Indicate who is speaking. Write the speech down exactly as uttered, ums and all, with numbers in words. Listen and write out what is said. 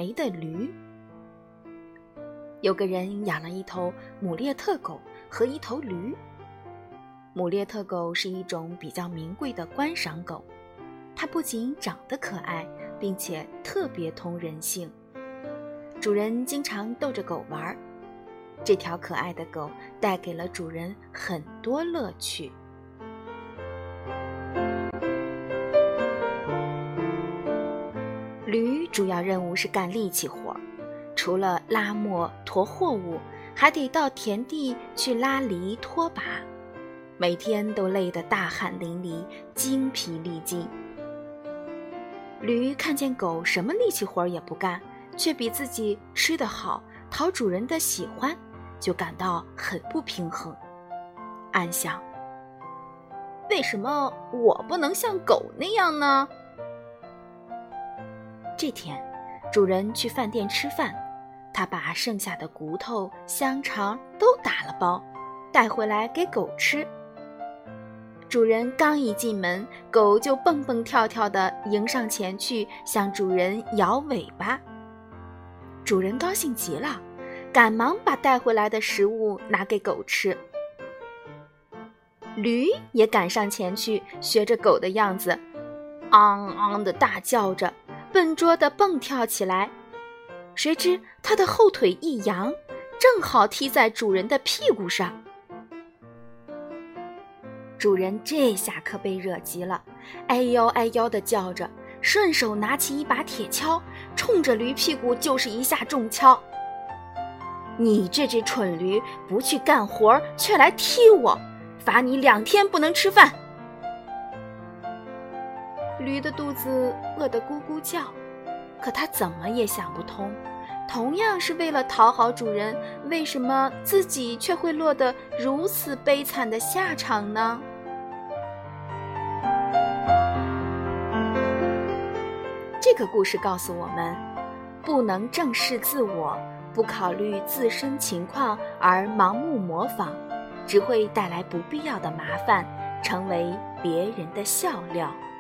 Speaker 1: 霉的驴。有个人养了一头姆列特狗和一头驴。姆列特狗是一种比较名贵的观赏狗，它不仅长得可爱，并且特别通人性。主人经常逗着狗玩，这条可爱的狗带给了主人很多乐趣。驴主要任务是干力气活，除了拉磨驮货物，还得到田地去拉犁拖把，每天都累得大汗淋漓，精疲力尽。驴看见狗什么力气活也不干，却比自己吃得好，讨主人的喜欢，就感到很不平衡，暗想：为什么我不能像狗那样呢？这天，主人去饭店吃饭，他把剩下的骨头、香肠都打了包，带回来给狗吃。主人刚一进门，狗就蹦蹦跳跳地迎上前去，向主人摇尾巴。主人高兴极了，赶忙把带回来的食物拿给狗吃。驴也赶上前去，学着狗的样子，昂昂地大叫着，笨拙地蹦跳起来。谁知它的后腿一扬，正好踢在主人的屁股上。主人这下可被惹急了，哎呦哎呦地叫着，顺手拿起一把铁锹，冲着驴屁股就是一下重敲。你这只蠢驴，不去干活却来踢我，罚你两天不能吃饭。驴的肚子饿得咕咕叫，可他怎么也想不通，同样是为了讨好主人，为什么自己却会落得如此悲惨的下场呢？这个故事告诉我们，不能正视自我，不考虑自身情况而盲目模仿，只会带来不必要的麻烦，成为别人的笑料。